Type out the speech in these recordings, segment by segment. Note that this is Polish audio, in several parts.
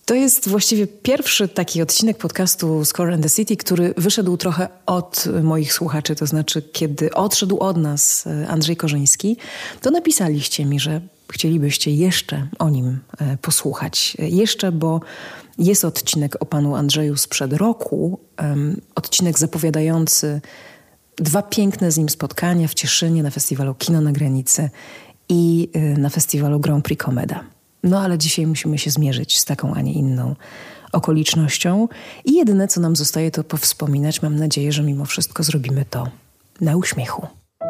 To jest właściwie pierwszy taki odcinek podcastu Score and the City, który wyszedł trochę od moich słuchaczy. To znaczy, kiedy odszedł od nas Andrzej Korzyński, to napisaliście mi, że chcielibyście jeszcze o nim posłuchać. Jeszcze, bo jest odcinek o panu Andrzeju sprzed roku. Odcinek zapowiadający 2 piękne z nim spotkania w Cieszynie na festiwalu Kino na Granicy i na festiwalu Grand Prix Komeda. No ale dzisiaj musimy się zmierzyć z taką, a nie inną okolicznością. I jedyne, co nam zostaje, to powspominać. Mam nadzieję, że mimo wszystko zrobimy to na uśmiechu.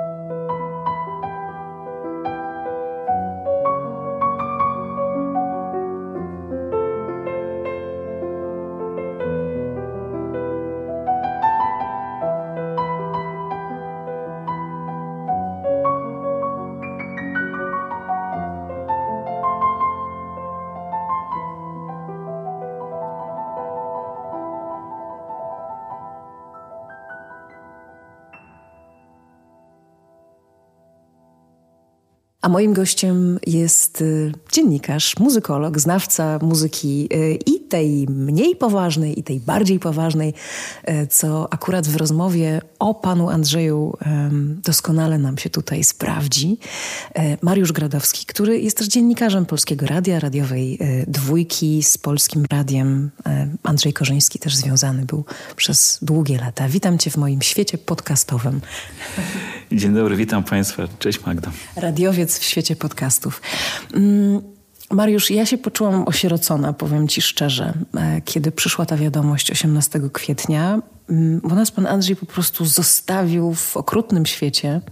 A moim gościem jest dziennikarz, muzykolog, znawca muzyki i tej mniej poważnej, i tej bardziej poważnej, co akurat w rozmowie o panu Andrzeju doskonale nam się tutaj sprawdzi. Mariusz Gradowski, który jest też dziennikarzem Polskiego Radia, radiowej Dwójki z Polskim Radiem. Andrzej Korzyński też związany był przez długie lata. Witam cię w moim świecie podcastowym. Dzień dobry, witam państwa. Cześć Magda. Radiowiec w świecie podcastów. Mariusz, ja się poczułam osierocona, powiem ci szczerze, kiedy przyszła ta wiadomość 18 kwietnia, bo nas pan Andrzej po prostu zostawił w okrutnym świecie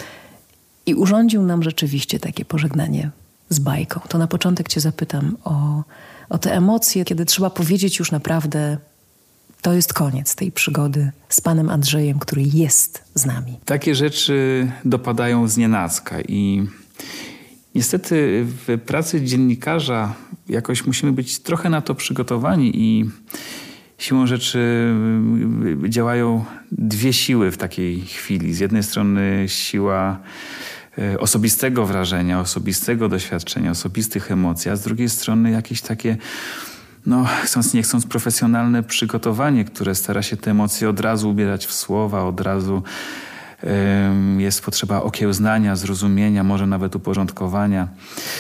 i urządził nam rzeczywiście takie pożegnanie z bajką. To na początek cię zapytam o te emocje, kiedy trzeba powiedzieć już naprawdę, to jest koniec tej przygody z panem Andrzejem, który jest z nami. Takie rzeczy dopadają znienacka i niestety w pracy dziennikarza jakoś musimy być trochę na to przygotowani i siłą rzeczy działają 2 siły w takiej chwili. Z jednej strony siła osobistego wrażenia, osobistego doświadczenia, osobistych emocji, a z drugiej strony jakieś takie, chcąc nie chcąc, profesjonalne przygotowanie, które stara się te emocje od razu ubierać w słowa, od razu jest potrzeba okiełznania, zrozumienia, może nawet uporządkowania.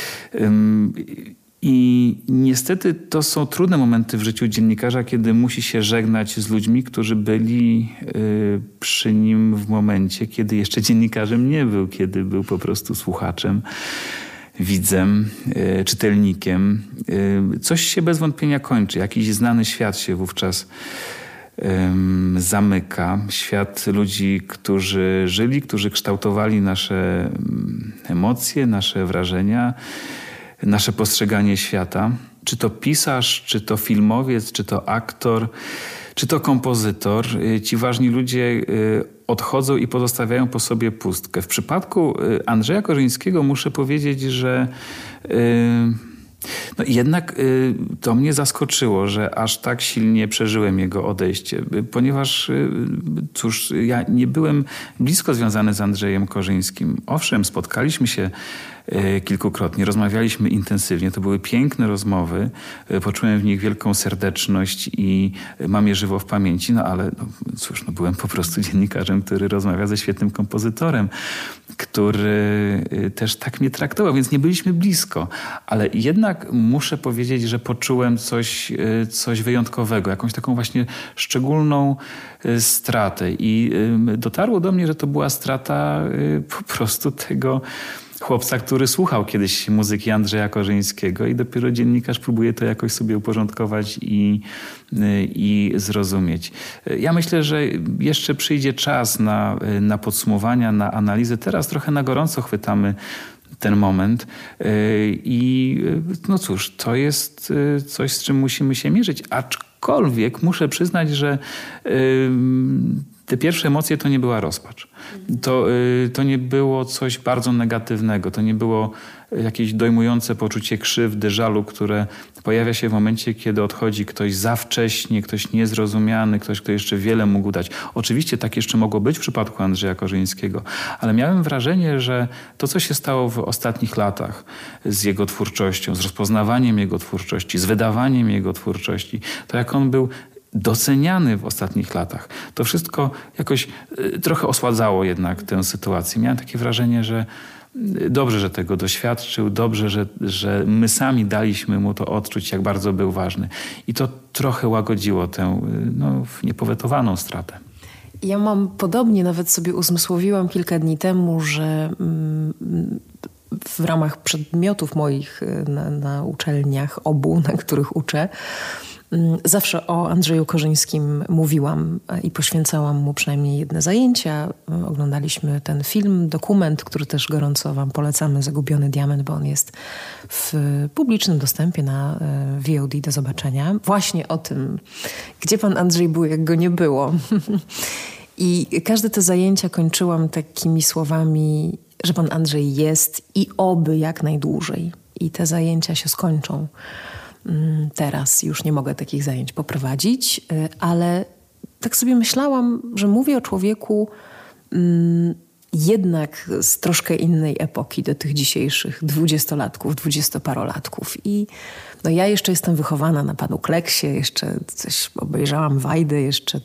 I niestety to są trudne momenty w życiu dziennikarza, kiedy musi się żegnać z ludźmi, którzy byli przy nim w momencie, kiedy jeszcze dziennikarzem nie był, kiedy był po prostu słuchaczem, widzem, czytelnikiem. Coś się bez wątpienia kończy. Jakiś znany świat się wówczas zamyka. Świat ludzi, którzy żyli, którzy kształtowali nasze emocje, nasze wrażenia, nasze postrzeganie świata. Czy to pisarz, czy to filmowiec, czy to aktor, czy to kompozytor. Ci ważni ludzie odchodzą i pozostawiają po sobie pustkę. W przypadku Andrzeja Korzyńskiego muszę powiedzieć, że jednak to mnie zaskoczyło, że aż tak silnie przeżyłem jego odejście, ponieważ ja nie byłem blisko związany z Andrzejem Korzyńskim. Owszem, spotkaliśmy się kilkukrotnie, rozmawialiśmy intensywnie. To były piękne rozmowy. Poczułem w nich wielką serdeczność i mam je żywo w pamięci. Ale byłem po prostu dziennikarzem, który rozmawia ze świetnym kompozytorem, który też tak mnie traktował, więc nie byliśmy blisko. Ale jednak muszę powiedzieć, że poczułem coś wyjątkowego, jakąś taką właśnie szczególną stratę. I dotarło do mnie, że to była strata po prostu tego chłopca, który słuchał kiedyś muzyki Andrzeja Korzyńskiego i dopiero dziennikarz próbuje to jakoś sobie uporządkować i zrozumieć. Ja myślę, że jeszcze przyjdzie czas na podsumowania, na analizę. Teraz trochę na gorąco chwytamy ten moment i to jest coś, z czym musimy się mierzyć. Aczkolwiek muszę przyznać, że te pierwsze emocje to nie była rozpacz. To nie było coś bardzo negatywnego. To nie było jakieś dojmujące poczucie krzywdy, żalu, które pojawia się w momencie, kiedy odchodzi ktoś za wcześnie, ktoś niezrozumiany, ktoś, kto jeszcze wiele mógł dać. Oczywiście tak jeszcze mogło być w przypadku Andrzeja Korzyńskiego, ale miałem wrażenie, że to, co się stało w ostatnich latach z jego twórczością, z rozpoznawaniem jego twórczości, z wydawaniem jego twórczości, to jak on był doceniany w ostatnich latach, to wszystko jakoś trochę osładzało jednak tę sytuację. Miałem takie wrażenie, że dobrze, że tego doświadczył, dobrze, że my sami daliśmy mu to odczuć, jak bardzo był ważny. I to trochę łagodziło tę niepowetowaną stratę. Ja mam podobnie, nawet sobie uzmysłowiłam kilka dni temu, że w ramach przedmiotów moich na uczelniach obu, na których uczę, zawsze o Andrzeju Korzyńskim mówiłam i poświęcałam mu przynajmniej jedne zajęcia. Oglądaliśmy ten film, dokument, który też gorąco wam polecamy, Zagubiony Diament, bo on jest w publicznym dostępie na VOD do zobaczenia. Właśnie o tym, gdzie pan Andrzej był, jak go nie było. I każde te zajęcia kończyłam takimi słowami, że pan Andrzej jest i oby jak najdłużej. I te zajęcia się skończą. Teraz już nie mogę takich zajęć poprowadzić, ale tak sobie myślałam, że mówię o człowieku jednak z troszkę innej epoki do tych dzisiejszych 20-latków, 20-parolatków. I ja jeszcze jestem wychowana na panu Kleksie, jeszcze coś obejrzałam Wajdę,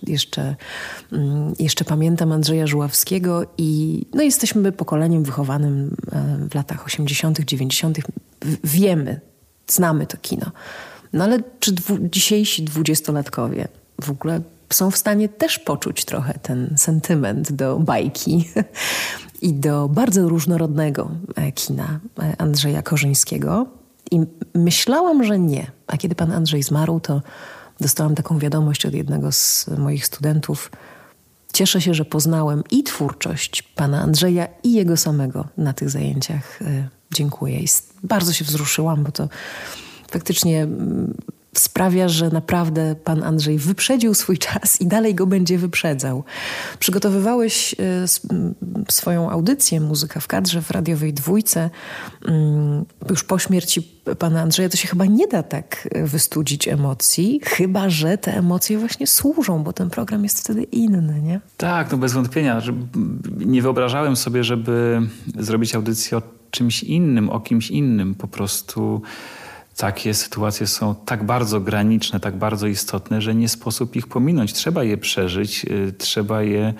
jeszcze pamiętam Andrzeja Żuławskiego i jesteśmy pokoleniem wychowanym w latach 80., 90. Wiemy, znamy to kino. Ale czy dzisiejsi 20-latkowie w ogóle są w stanie też poczuć trochę ten sentyment do bajki i do bardzo różnorodnego kina Andrzeja Korzyńskiego? I myślałam, że nie. A kiedy pan Andrzej zmarł, to dostałam taką wiadomość od jednego z moich studentów. Cieszę się, że poznałem i twórczość pana Andrzeja, i jego samego na tych zajęciach. Dziękuję. I bardzo się wzruszyłam, bo to faktycznie sprawia, że naprawdę pan Andrzej wyprzedził swój czas i dalej go będzie wyprzedzał. Przygotowywałeś swoją audycję Muzyka w kadrze w radiowej Dwójce. Już po śmierci pana Andrzeja to się chyba nie da tak wystudzić emocji, chyba że te emocje właśnie służą, bo ten program jest wtedy inny, nie? Tak, bez wątpienia. Nie wyobrażałem sobie, żeby zrobić audycję o czymś innym, o kimś innym. Po prostu takie sytuacje są tak bardzo graniczne, tak bardzo istotne, że nie sposób ich pominąć. Trzeba je przeżyć, trzeba je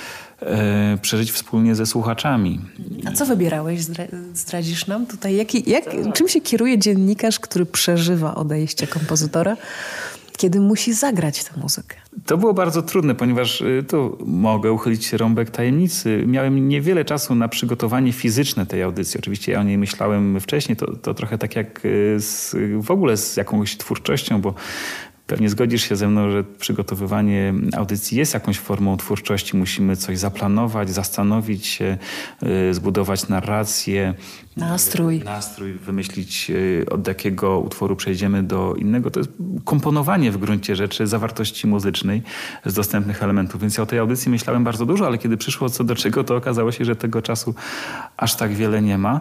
przeżyć wspólnie ze słuchaczami. A co wybierałeś? Zdradzisz nam tutaj? Czym się kieruje dziennikarz, który przeżywa odejście kompozytora, kiedy musi zagrać tę muzykę? To było bardzo trudne, ponieważ tu mogę uchylić rąbek tajemnicy. Miałem niewiele czasu na przygotowanie fizyczne tej audycji. Oczywiście ja o niej myślałem wcześniej. To trochę tak jak w ogóle z jakąś twórczością, bo pewnie zgodzisz się ze mną, że przygotowywanie audycji jest jakąś formą twórczości. Musimy coś zaplanować, zastanowić się, zbudować narrację. Nastrój, wymyślić, od jakiego utworu przejdziemy do innego. To jest komponowanie w gruncie rzeczy zawartości muzycznej z dostępnych elementów. Więc ja o tej audycji myślałem bardzo dużo, ale kiedy przyszło co do czego, to okazało się, że tego czasu aż tak wiele nie ma.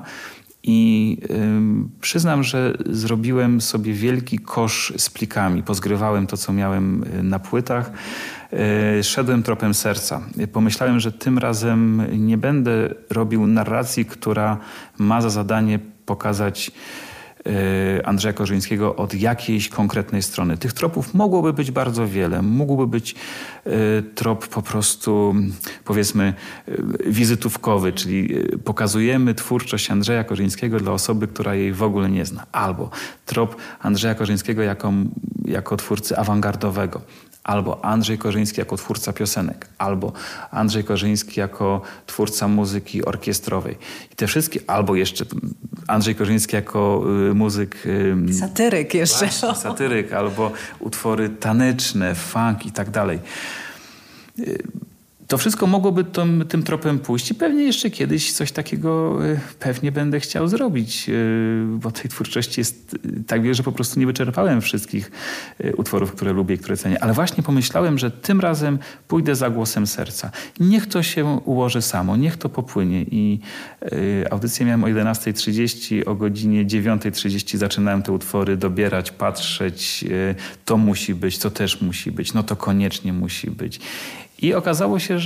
I przyznam, że zrobiłem sobie wielki kosz z plikami. Pozgrywałem to, co miałem na płytach. Szedłem tropem serca. Pomyślałem, że tym razem nie będę robił narracji, która ma za zadanie pokazać Andrzeja Korzyńskiego od jakiejś konkretnej strony. Tych tropów mogłoby być bardzo wiele. Mógłby być trop po prostu, powiedzmy, wizytówkowy, czyli pokazujemy twórczość Andrzeja Korzyńskiego dla osoby, która jej w ogóle nie zna. Albo trop Andrzeja Korzyńskiego jako twórcy awangardowego. Albo Andrzej Korzyński jako twórca piosenek, albo Andrzej Korzyński jako twórca muzyki orkiestrowej. I te wszystkie, albo jeszcze Andrzej Korzyński jako muzyk... Satyryk jeszcze. Właśnie, satyryk, albo utwory taneczne, funk i tak dalej. To wszystko mogłoby tym tropem pójść i pewnie jeszcze kiedyś coś takiego pewnie będę chciał zrobić, bo tej twórczości jest tak wiele, że po prostu nie wyczerpałem wszystkich utworów, które lubię i które cenię. Ale właśnie pomyślałem, że tym razem pójdę za głosem serca. Niech to się ułoży samo, niech to popłynie. I audycję miałem o 11:30, o godzinie 9:30 zaczynałem te utwory dobierać, patrzeć. To musi być, to też musi być, no to koniecznie musi być. I okazało się,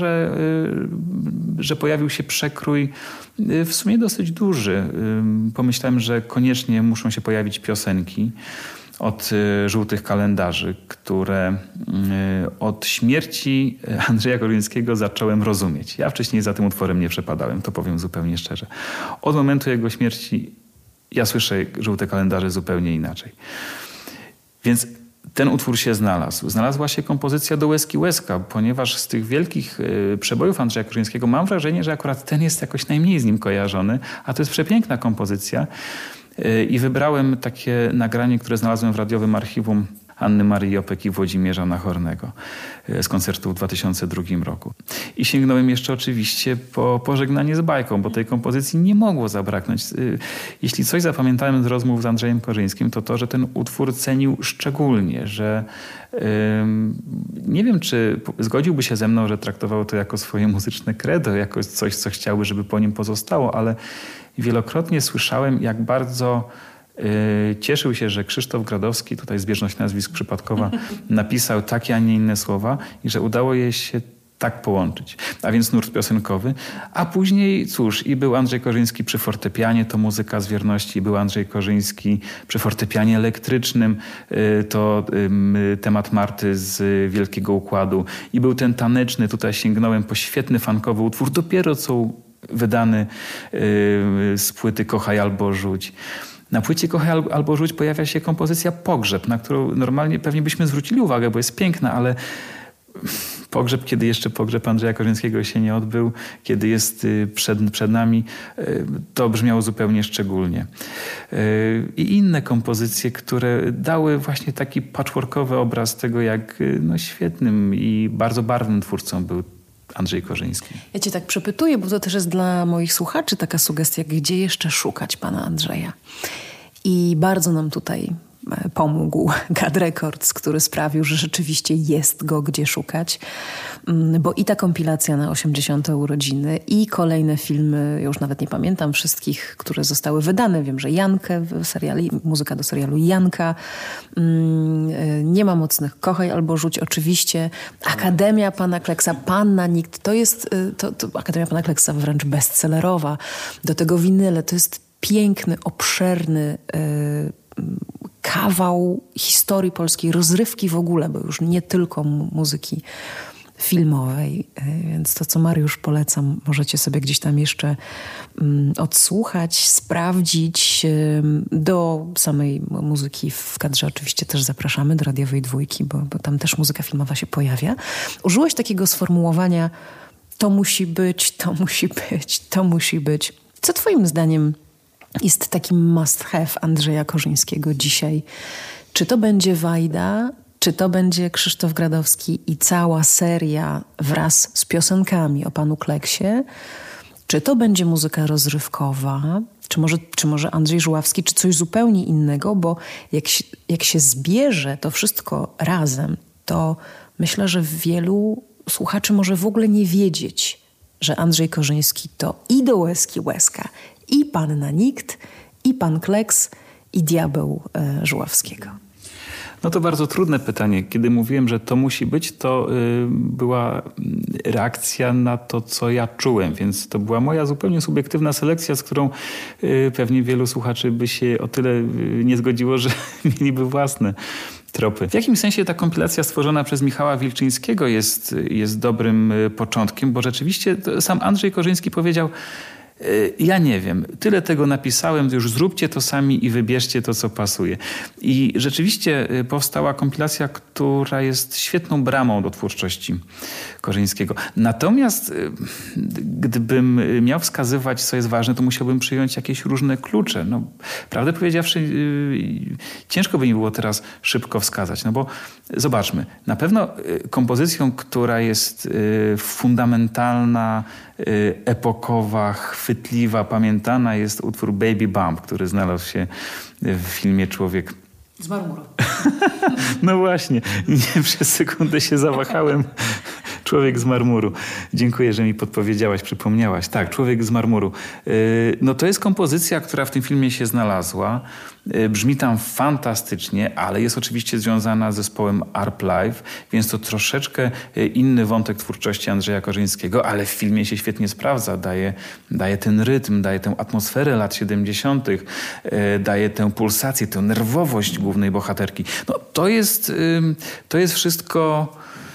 że pojawił się przekrój w sumie dosyć duży. Pomyślałem, że koniecznie muszą się pojawić piosenki od żółtych kalendarzy, które od śmierci Andrzeja Korzyńskiego zacząłem rozumieć. Ja wcześniej za tym utworem nie przepadałem, to powiem zupełnie szczerze. Od momentu jego śmierci ja słyszę żółte kalendarze zupełnie inaczej. Więc ten utwór się znalazł. Znalazła się kompozycja do Łezki Łezka, ponieważ z tych wielkich przebojów Andrzeja Korzyńskiego mam wrażenie, że akurat ten jest jakoś najmniej z nim kojarzony, a to jest przepiękna kompozycja. I wybrałem takie nagranie, które znalazłem w radiowym archiwum Anny Marii Jopek i Włodzimierza Nachornego z koncertu w 2002 roku. I sięgnąłem jeszcze oczywiście po Pożegnanie z bajką, bo tej kompozycji nie mogło zabraknąć. Jeśli coś zapamiętałem z rozmów z Andrzejem Korzyńskim, to to, że ten utwór cenił szczególnie, że nie wiem, czy zgodziłby się ze mną, że traktował to jako swoje muzyczne credo, jako coś, co chciałby, żeby po nim pozostało, ale wielokrotnie słyszałem, jak bardzo cieszył się, że Krzysztof Gradowski, tutaj zbieżność nazwisk przypadkowa, napisał takie, a nie inne słowa i że udało jej się tak połączyć. A więc nurt piosenkowy. A później, cóż, i był Andrzej Korzyński przy fortepianie, to muzyka z wierności. Był Andrzej Korzyński przy fortepianie elektrycznym, to temat Marty z Wielkiego Układu. I był ten taneczny, tutaj sięgnąłem po świetny funkowy utwór, dopiero co wydany z płyty Kochaj albo rzuć. Na płycie Kochaj albo rzuć pojawia się kompozycja Pogrzeb, na którą normalnie pewnie byśmy zwrócili uwagę, bo jest piękna, ale Pogrzeb, kiedy jeszcze pogrzeb Andrzeja Korzyńskiego się nie odbył, kiedy jest przed nami, to brzmiało zupełnie szczególnie. I inne kompozycje, które dały właśnie taki patchworkowy obraz tego, jak świetnym i bardzo barwnym twórcą był Andrzej Korzyński. Ja cię tak przepytuję, bo to też jest dla moich słuchaczy taka sugestia, gdzie jeszcze szukać pana Andrzeja. I bardzo nam tutaj pomógł Gad Records, który sprawił, że rzeczywiście jest go gdzie szukać, bo i ta kompilacja na 80. urodziny i kolejne filmy, już nawet nie pamiętam wszystkich, które zostały wydane. Wiem, że Jankę w seriali, muzyka do serialu Janka, Nie ma mocnych, Kochaj albo rzuć oczywiście, Akademia Pana Kleksa, Panna Nikt, to jest to Akademia Pana Kleksa wręcz bestsellerowa, do tego winyle, to jest piękny, obszerny kawał historii polskiej, rozrywki w ogóle, bo już nie tylko muzyki filmowej. Więc to, co Mariusz polecam, możecie sobie gdzieś tam jeszcze odsłuchać, sprawdzić. Do samej muzyki w kadrze oczywiście też zapraszamy, do radiowej dwójki, bo tam też muzyka filmowa się pojawia. Użyłeś takiego sformułowania: to musi być, to musi być, to musi być. Co twoim zdaniem jest takim must have Andrzeja Korzyńskiego dzisiaj? Czy to będzie Wajda, czy to będzie Krzysztof Gradowski i cała seria wraz z piosenkami o panu Kleksie? Czy to będzie muzyka rozrywkowa? Czy może Andrzej Żuławski, czy coś zupełnie innego? Bo jak się zbierze to wszystko razem, to myślę, że wielu słuchaczy może w ogóle nie wiedzieć, że Andrzej Korzyński to i do Łezki Łezka, i Panna Nikt, i pan Kleks, i diabeł Żuławskiego. No to bardzo trudne pytanie. Kiedy mówiłem, że to musi być, to była reakcja na to, co ja czułem. Więc to była moja zupełnie subiektywna selekcja, z którą pewnie wielu słuchaczy by się o tyle nie zgodziło, że mieliby własne tropy. W jakimś sensie ta kompilacja stworzona przez Michała Wilczyńskiego jest dobrym początkiem, bo rzeczywiście sam Andrzej Korzyński powiedział: ja nie wiem, tyle tego napisałem, już zróbcie to sami i wybierzcie to, co pasuje. I rzeczywiście powstała kompilacja, która jest świetną bramą do twórczości Korzyńskiego. Natomiast gdybym miał wskazywać, co jest ważne, to musiałbym przyjąć jakieś różne klucze. No, prawdę powiedziawszy, ciężko by mi było teraz szybko wskazać, no bo zobaczmy, na pewno kompozycją, która jest fundamentalna, epokowa, chwytliwa, pamiętana jest utwór Baby Bump, który znalazł się w filmie Człowiek z marmuru. No właśnie, nie, przez sekundę się zawahałem. Człowiek z marmuru. Dziękuję, że mi podpowiedziałaś, przypomniałaś. Tak, Człowiek z marmuru. No to jest kompozycja, która w tym filmie się znalazła. Brzmi tam fantastycznie, ale jest oczywiście związana z zespołem Arp Live, więc to troszeczkę inny wątek twórczości Andrzeja Korzyńskiego, ale w filmie się świetnie sprawdza. Daje ten rytm, daje tę atmosferę lat 70., daje tę pulsację, tę nerwowość głównej bohaterki. No to jest wszystko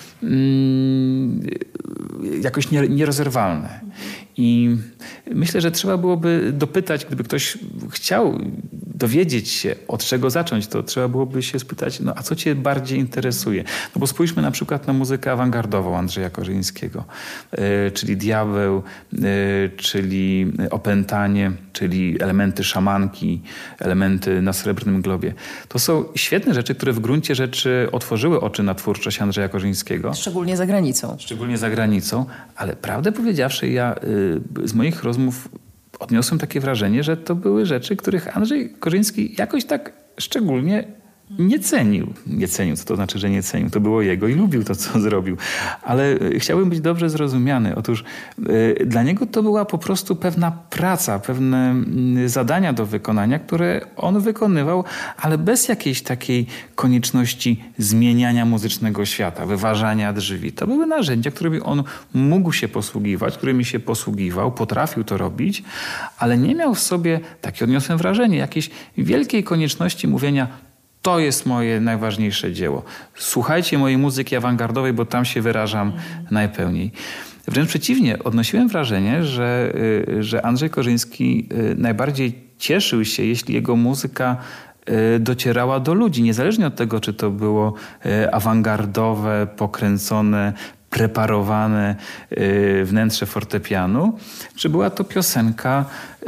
jakoś nierozerwalne. I myślę, że trzeba byłoby dopytać, gdyby ktoś chciał dowiedzieć się, od czego zacząć, to trzeba byłoby się spytać, no a co cię bardziej interesuje? No bo spójrzmy na przykład na muzykę awangardową Andrzeja Korzyńskiego, czyli Diabeł, czyli Opętanie, czyli elementy szamanki, elementy na Srebrnym Globie. To są świetne rzeczy, które w gruncie rzeczy otworzyły oczy na twórczość Andrzeja Korzyńskiego. Szczególnie za granicą. Szczególnie za granicą, ale prawdę powiedziawszy, ja z moich rozmów odniosłem takie wrażenie, że to były rzeczy, których Andrzej Korzyński jakoś tak szczególnie nie cenił. Nie cenił, co to znaczy, że nie cenił. To było jego i lubił to, co zrobił. Ale chciałbym być dobrze zrozumiany. Otóż dla niego to była po prostu pewna praca, pewne zadania do wykonania, które on wykonywał, ale bez jakiejś takiej konieczności zmieniania muzycznego świata, wyważania drzwi. To były narzędzia, którymi on mógł się posługiwać, którymi się posługiwał, potrafił to robić, ale nie miał w sobie, takie odniosłem wrażenie, jakiejś wielkiej konieczności mówienia: to jest moje najważniejsze dzieło. Słuchajcie mojej muzyki awangardowej, bo tam się wyrażam najpełniej. Wręcz przeciwnie, odnosiłem wrażenie, że Andrzej Korzyński najbardziej cieszył się, jeśli jego muzyka docierała do ludzi. Niezależnie od tego, czy to było awangardowe, pokręcone, preparowane wnętrze fortepianu, czy była to piosenka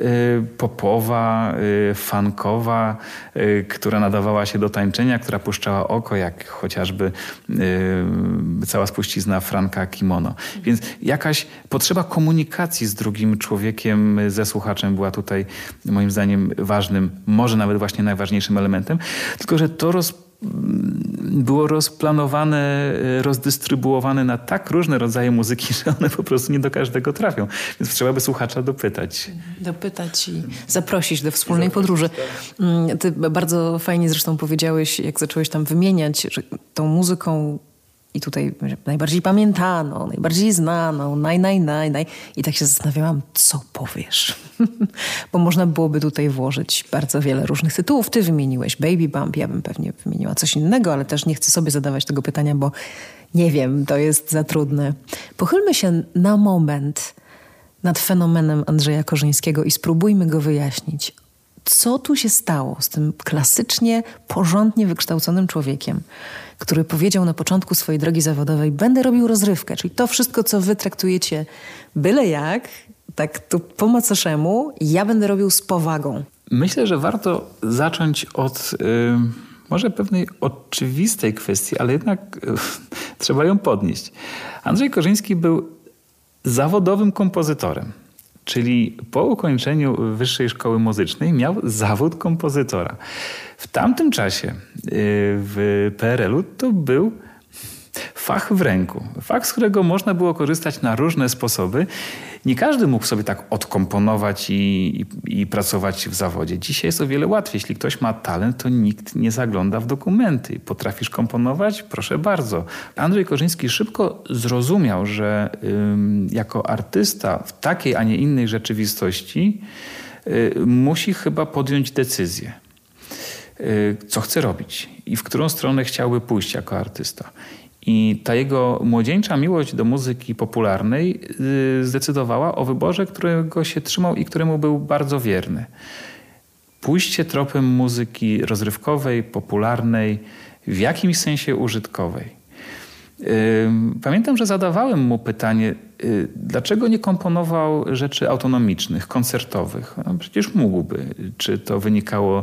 popowa, funkowa, która nadawała się do tańczenia, która puszczała oko, jak chociażby cała spuścizna Franka Kimono. Więc jakaś potrzeba komunikacji z drugim człowiekiem, ze słuchaczem była tutaj moim zdaniem ważnym, może nawet właśnie najważniejszym elementem, tylko że to było rozplanowane, rozdystrybuowane na tak różne rodzaje muzyki, że one po prostu nie do każdego trafią. Więc trzeba by słuchacza dopytać. Dopytać i zaprosić do wspólnej podróży. Ty bardzo fajnie zresztą powiedziałeś, jak zacząłeś tam wymieniać, że tą muzyką i tutaj najbardziej pamiętaną, najbardziej znaną, I tak się zastanawiałam, co powiesz. Bo można byłoby tutaj włożyć bardzo wiele różnych tytułów. Ty wymieniłeś Baby Bump, ja bym pewnie wymieniła coś innego, ale też nie chcę sobie zadawać tego pytania, bo nie wiem, to jest za trudne. Pochylmy się na moment nad fenomenem Andrzeja Korzyńskiego i spróbujmy go wyjaśnić. Co tu się stało z tym klasycznie, porządnie wykształconym człowiekiem, który powiedział na początku swojej drogi zawodowej: będę robił rozrywkę, czyli to wszystko, co wy traktujecie byle jak, tak tu po macoszemu, ja będę robił z powagą. Myślę, że warto zacząć od może pewnej oczywistej kwestii, ale jednak trzeba ją podnieść. Andrzej Korzyński był zawodowym kompozytorem. Czyli po ukończeniu Wyższej Szkoły Muzycznej miał zawód kompozytora. W tamtym czasie w PRL-u to był fach w ręku. Fach, z którego można było korzystać na różne sposoby. Nie każdy mógł sobie tak odkomponować i pracować w zawodzie. Dzisiaj jest o wiele łatwiej. Jeśli ktoś ma talent, to nikt nie zagląda w dokumenty. Potrafisz komponować? Proszę bardzo. Andrzej Korzyński szybko zrozumiał, że jako artysta w takiej, a nie innej rzeczywistości musi chyba podjąć decyzję, co chce robić i w którą stronę chciałby pójść jako artysta. I ta jego młodzieńcza miłość do muzyki popularnej zdecydowała o wyborze, którego się trzymał i któremu był bardzo wierny. Pójście tropem muzyki rozrywkowej, popularnej, w jakimś sensie użytkowej. Pamiętam, że zadawałem mu pytanie, dlaczego nie komponował rzeczy autonomicznych, koncertowych. No, przecież mógłby. Czy to wynikało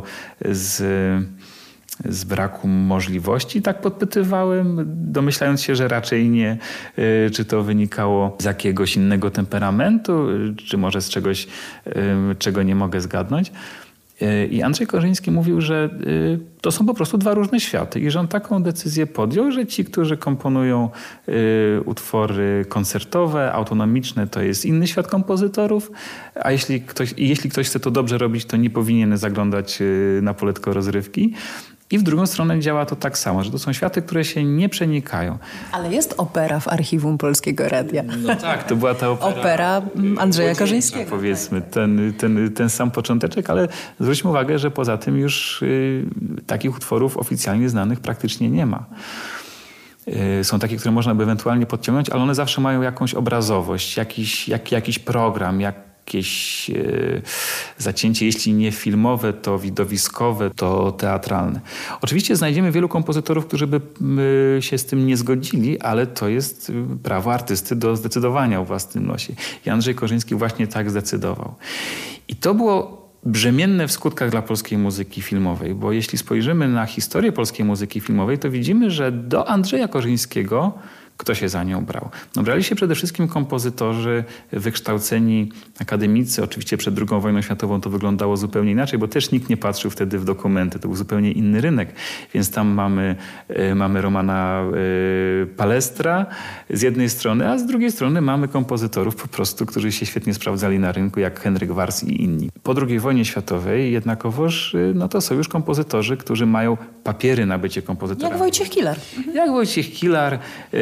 z braku możliwości? Tak podpytywałem, domyślając się, że raczej nie. Czy to wynikało z jakiegoś innego temperamentu, czy może z czegoś, czego nie mogę zgadnąć. I Andrzej Korzyński mówił, że to są po prostu dwa różne światy i że on taką decyzję podjął, że ci, którzy komponują utwory koncertowe, autonomiczne, to jest inny świat kompozytorów, a jeśli ktoś chce to dobrze robić, to nie powinien zaglądać na poletko rozrywki. I w drugą stronę działa to tak samo, że to są światy, które się nie przenikają. Ale jest opera w archiwum Polskiego Radia. No tak, to była ta opera Andrzeja Korzyńskiego. Powiedzmy, ten sam począteczek, ale zwróćmy uwagę, że poza tym już takich utworów oficjalnie znanych praktycznie nie ma. Są takie, które można by ewentualnie podciągnąć, ale one zawsze mają jakąś obrazowość, jakiś program, jakieś zacięcie, jeśli nie filmowe, to widowiskowe, to teatralne. Oczywiście znajdziemy wielu kompozytorów, którzy by się z tym nie zgodzili, ale to jest prawo artysty do zdecydowania o własnym losie. I Andrzej Korzyński właśnie tak zdecydował. I to było brzemienne w skutkach dla polskiej muzyki filmowej, bo jeśli spojrzymy na historię polskiej muzyki filmowej, to widzimy, że do Andrzeja Korzyńskiego kto się za nią brał? No, brali się przede wszystkim kompozytorzy wykształceni akademicy. Oczywiście przed II wojną światową to wyglądało zupełnie inaczej, bo też nikt nie patrzył wtedy w dokumenty. To był zupełnie inny rynek. Więc tam mamy Romana Palestra z jednej strony, a z drugiej strony mamy kompozytorów po prostu, którzy się świetnie sprawdzali na rynku, jak Henryk Wars i inni. Po II wojnie światowej jednakowoż to są już kompozytorzy, którzy mają papiery na bycie kompozytorami. Jak Wojciech Kilar. Jak Wojciech Kilar,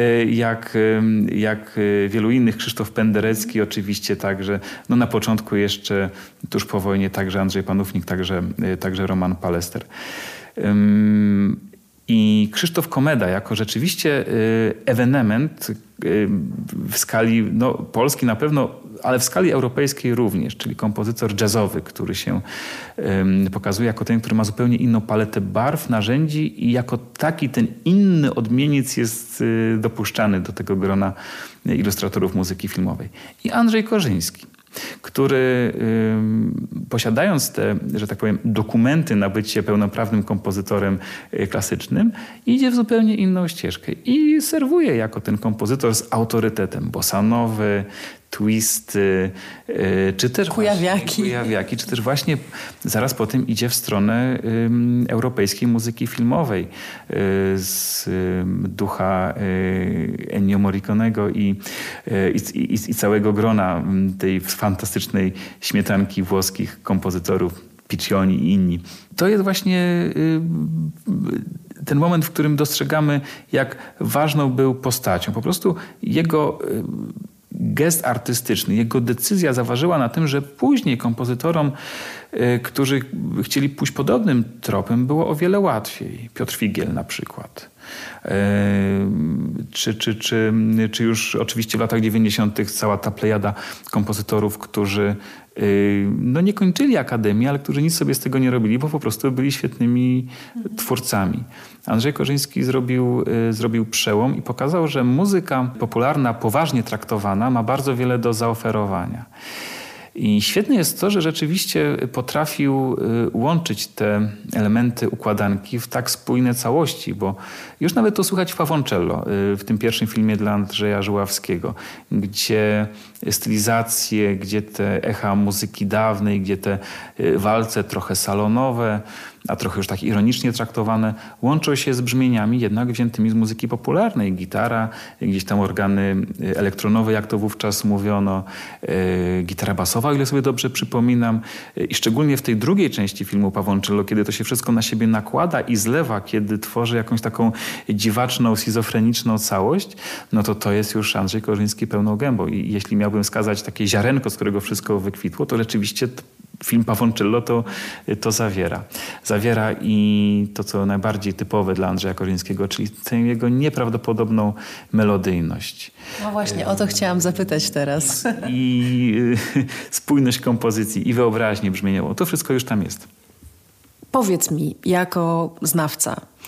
jak wielu innych, Krzysztof Penderecki oczywiście także, na początku jeszcze, tuż po wojnie także Andrzej Panównik, także Roman Palester. I Krzysztof Komeda jako rzeczywiście ewenement w skali Polski na pewno, ale w skali europejskiej również, czyli kompozytor jazzowy, który się pokazuje jako ten, który ma zupełnie inną paletę barw, narzędzi i jako taki ten inny odmieniec jest dopuszczany do tego grona ilustratorów muzyki filmowej. I Andrzej Korzyński, który posiadając te, że tak powiem, dokumenty na bycie pełnoprawnym kompozytorem klasycznym, idzie w zupełnie inną ścieżkę i serwuje jako ten kompozytor z autorytetem bossanowy, twisty, czy też kujawiaki, czy też właśnie zaraz po tym idzie w stronę europejskiej muzyki filmowej z ducha Ennio Morriconego i całego grona tej fantastycznej śmietanki włoskich kompozytorów, Piccioni i inni. To jest właśnie ten moment, w którym dostrzegamy, jak ważną był postacią. Po prostu jego gest artystyczny, jego decyzja zaważyła na tym, że później kompozytorom, którzy chcieli pójść podobnym tropem, było o wiele łatwiej. Piotr Figiel na przykład. Czy już oczywiście w latach 90. cała ta plejada kompozytorów, którzy nie kończyli akademii, ale którzy nic sobie z tego nie robili, bo po prostu byli świetnymi twórcami. Andrzej Korzyński zrobił przełom i pokazał, że muzyka popularna, poważnie traktowana, ma bardzo wiele do zaoferowania. I świetne jest to, że rzeczywiście potrafił łączyć te elementy układanki w tak spójne całości, bo już nawet to słychać w Pawoncello, w tym pierwszym filmie dla Andrzeja Żuławskiego, gdzie stylizacje, gdzie te echa muzyki dawnej, gdzie te walce trochę salonowe, a trochę już tak ironicznie traktowane, łączą się z brzmieniami jednak wziętymi z muzyki popularnej. Gitara, gdzieś tam organy elektronowe, jak to wówczas mówiono, gitara basowa, o ile sobie dobrze przypominam. I szczególnie w tej drugiej części filmu Pawoncello, kiedy to się wszystko na siebie nakłada i zlewa, kiedy tworzy jakąś taką dziwaczną, schizofreniczną całość, to jest już Andrzej Korzyński pełną gębą. I jeśli miałbym wskazać takie ziarenko, z którego wszystko wykwitło, to rzeczywiście film Pawoncello to zawiera. Zawiera i to, co najbardziej typowe dla Andrzeja Korzyńskiego, czyli tę jego nieprawdopodobną melodyjność. No właśnie, o to chciałam zapytać teraz. I spójność kompozycji, i wyobraźnię brzmieniową. To wszystko już tam jest. Powiedz mi, jako znawca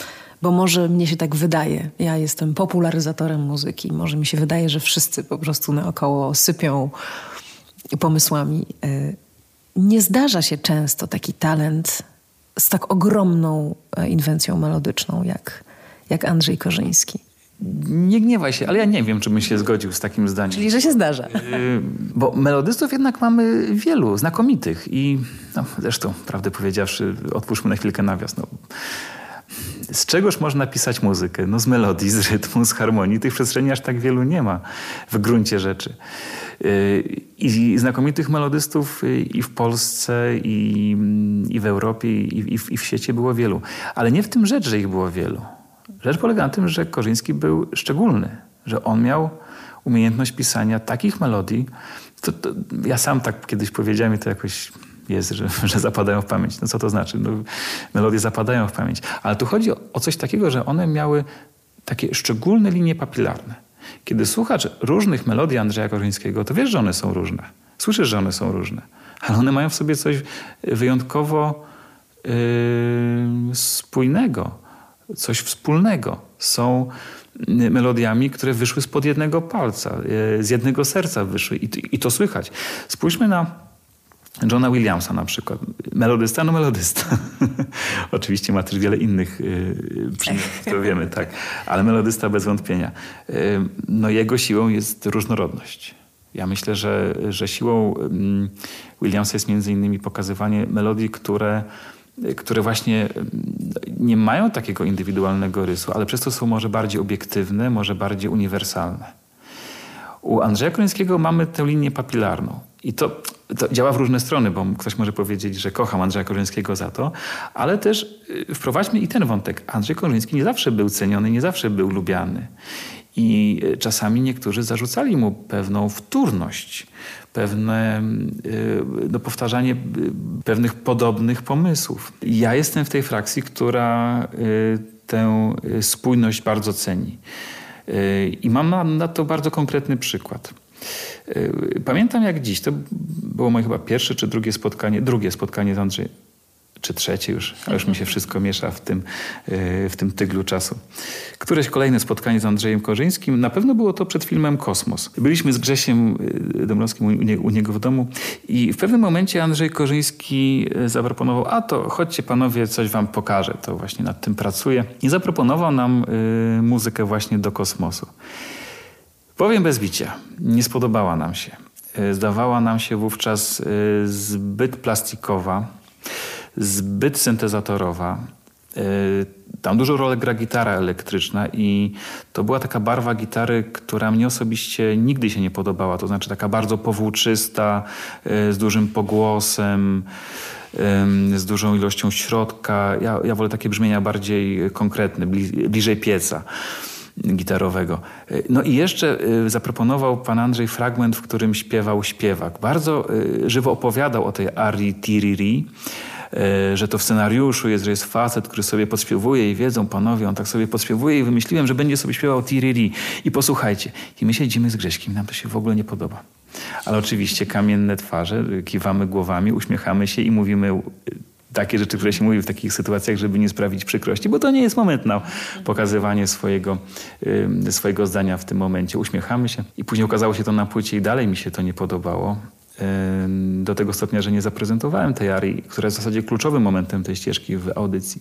Bo może mnie się tak wydaje, ja jestem popularyzatorem muzyki, może mi się wydaje, że wszyscy po prostu naokoło sypią pomysłami. Nie zdarza się często taki talent z tak ogromną inwencją melodyczną jak Andrzej Korzyński. Nie gniewaj się, ale ja nie wiem, czy bym się zgodził z takim zdaniem. Czyli, że się zdarza. Bo melodystów jednak mamy wielu, znakomitych. I zresztą, prawdę powiedziawszy, otwórzmy na chwilkę nawias. Z czegoż można pisać muzykę? Z melodii, z rytmu, z harmonii. Tych przestrzeni aż tak wielu nie ma w gruncie rzeczy. I znakomitych melodystów i w Polsce, i w Europie, i w świecie było wielu. Ale nie w tym rzecz, że ich było wielu. Rzecz polega na tym, że Korzyński był szczególny. Że on miał umiejętność pisania takich melodii. Ja sam tak kiedyś powiedziałem i to jakoś jest, że zapadają w pamięć. Co to znaczy? Melodie zapadają w pamięć. Ale tu chodzi o coś takiego, że one miały takie szczególne linie papilarne. Kiedy słuchasz różnych melodii Andrzeja Korzyńskiego, to wiesz, że one są różne. Słyszysz, że one są różne. Ale one mają w sobie coś wyjątkowo spójnego. Coś wspólnego. Są melodiami, które wyszły spod jednego palca. Z jednego serca wyszły. I to słychać. Spójrzmy na Johna Williamsa na przykład. Melodysta, melodysta. Oczywiście ma też wiele innych przymiotów, to wiemy, tak. Ale melodysta bez wątpienia. Jego siłą jest różnorodność. Ja myślę, że siłą Williamsa jest między innymi pokazywanie melodii, które właśnie nie mają takiego indywidualnego rysu, ale przez to są może bardziej obiektywne, może bardziej uniwersalne. U Andrzeja Korzyńskiego mamy tę linię papilarną. I to działa w różne strony, bo ktoś może powiedzieć, że kocham Andrzeja Korzyńskiego za to, ale też wprowadźmy i ten wątek. Andrzej Korzyński nie zawsze był ceniony, nie zawsze był lubiany. I czasami niektórzy zarzucali mu pewną wtórność, pewne powtarzanie pewnych podobnych pomysłów. Ja jestem w tej frakcji, która tę spójność bardzo ceni. I mam na to bardzo konkretny przykład. Pamiętam jak dziś, to było moje chyba pierwsze czy drugie spotkanie z Andrzejem, czy trzecie już, a już mi się wszystko miesza w tym tyglu czasu. Któreś kolejne spotkanie z Andrzejem Korzyńskim, na pewno było to przed filmem Kosmos. Byliśmy z Grzesiem Dąbrowskim u niego w domu i w pewnym momencie Andrzej Korzyński zaproponował, a to chodźcie panowie, coś wam pokażę, to właśnie nad tym pracuję. I zaproponował nam muzykę właśnie do Kosmosu. Powiem bez bicia, nie spodobała nam się. Zdawała nam się wówczas zbyt plastikowa, zbyt syntezatorowa. Tam dużą rolę gra gitara elektryczna i to była taka barwa gitary, która mnie osobiście nigdy się nie podobała. To znaczy taka bardzo powłóczysta, z dużym pogłosem, z dużą ilością środka. Ja wolę takie brzmienia bardziej konkretne, bliżej pieca gitarowego. I jeszcze zaproponował pan Andrzej fragment, w którym śpiewał śpiewak. Bardzo żywo opowiadał o tej arii Tiriri, że to w scenariuszu jest, że jest facet, który sobie podśpiewuje i wiedzą panowie, on tak sobie podśpiewuje i wymyśliłem, że będzie sobie śpiewał Tiriri. I posłuchajcie. I my siedzimy z Grześkiem, nam to się w ogóle nie podoba. Ale oczywiście kamienne twarze, kiwamy głowami, uśmiechamy się i mówimy takie rzeczy, które się mówi w takich sytuacjach, żeby nie sprawić przykrości, bo to nie jest moment na pokazywanie swojego zdania w tym momencie. Uśmiechamy się i później okazało się to na płycie i dalej mi się to nie podobało. Do tego stopnia, że nie zaprezentowałem tej arii, która jest w zasadzie kluczowym momentem tej ścieżki w audycji.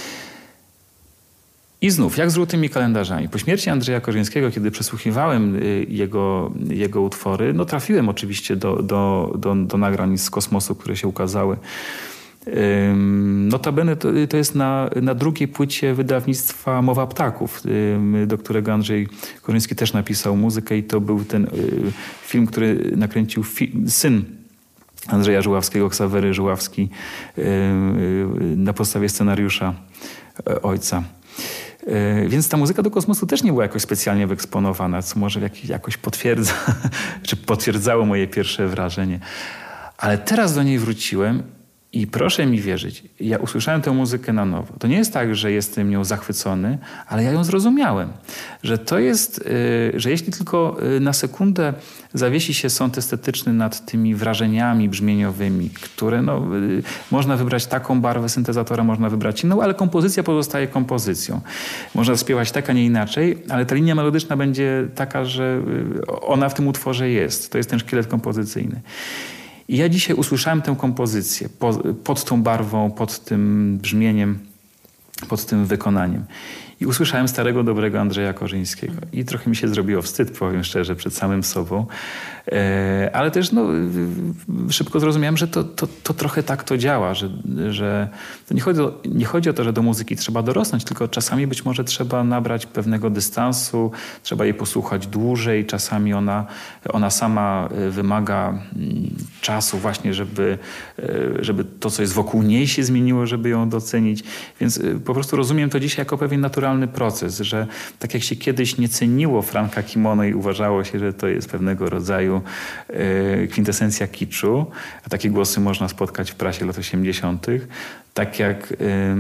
I znów, jak z żółtymi kalendarzami. Po śmierci Andrzeja Korzyńskiego, kiedy przesłuchiwałem jego utwory, trafiłem oczywiście do nagrań z Kosmosu, które się ukazały. Notabene to jest na drugiej płycie wydawnictwa Mowa Ptaków, do którego Andrzej Korzyński też napisał muzykę i to był ten film, który nakręcił syn Andrzeja Żuławskiego, Ksawery Żuławski, na podstawie scenariusza ojca. Więc ta muzyka do Kosmosu też nie była jakoś specjalnie wyeksponowana, co może jakoś potwierdza, czy potwierdzało moje pierwsze wrażenie. Ale teraz do niej wróciłem i proszę mi wierzyć, ja usłyszałem tę muzykę na nowo. To nie jest tak, że jestem nią zachwycony, ale ja ją zrozumiałem. że to jest, że jeśli tylko na sekundę zawiesi się sąd estetyczny nad tymi wrażeniami brzmieniowymi, które można wybrać taką barwę syntezatora, można wybrać inną, ale kompozycja pozostaje kompozycją. Można śpiewać tak, a nie inaczej, ale ta linia melodyczna będzie taka, że ona w tym utworze jest. To jest ten szkielet kompozycyjny. I ja dzisiaj usłyszałem tę kompozycję pod tą barwą, pod tym brzmieniem, pod tym wykonaniem. I usłyszałem starego, dobrego Andrzeja Korzyńskiego. I trochę mi się zrobiło wstyd, powiem szczerze, przed samym sobą. Ale też szybko zrozumiałem, że to trochę tak to działa, że to nie chodzi o to, że do muzyki trzeba dorosnąć, tylko czasami być może trzeba nabrać pewnego dystansu, trzeba jej posłuchać dłużej. Czasami ona sama wymaga czasu właśnie, żeby to, co jest wokół niej się zmieniło, żeby ją docenić. Więc po prostu rozumiem to dzisiaj jako pewien naturalny proces, że tak jak się kiedyś nie ceniło Franka Kimono i uważało się, że to jest pewnego rodzaju kwintesencja kiczu, a takie głosy można spotkać w prasie lat 80., tak jak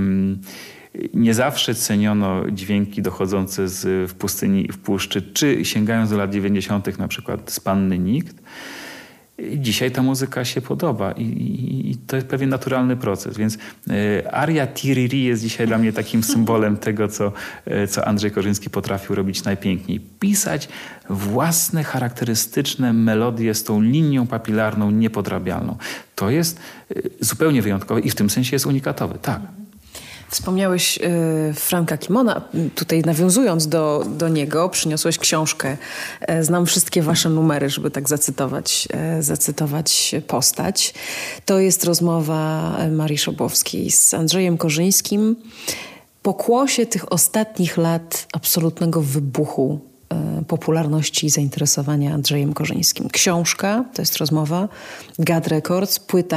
nie zawsze ceniono dźwięki dochodzące w pustyni i w puszczy, czy sięgając do lat 90. na przykład z Panny Nikt. Dzisiaj ta muzyka się podoba i to jest pewien naturalny proces. Więc aria Tiriri jest dzisiaj dla mnie takim symbolem tego, co Andrzej Korzyński potrafił robić najpiękniej. Pisać własne, charakterystyczne melodie z tą linią papilarną niepodrabialną. To jest zupełnie wyjątkowe i w tym sensie jest unikatowe. Tak. Wspomniałeś Franka Kimona. Tutaj nawiązując do niego, przyniosłeś książkę. Znam wszystkie wasze numery, żeby tak zacytować postać. To jest rozmowa Marii Szobowskiej z Andrzejem Korzyńskim. Pokłosie tych ostatnich lat absolutnego wybuchu popularności i zainteresowania Andrzejem Korzyńskim. Książka, to jest rozmowa, Gad Records, płyta.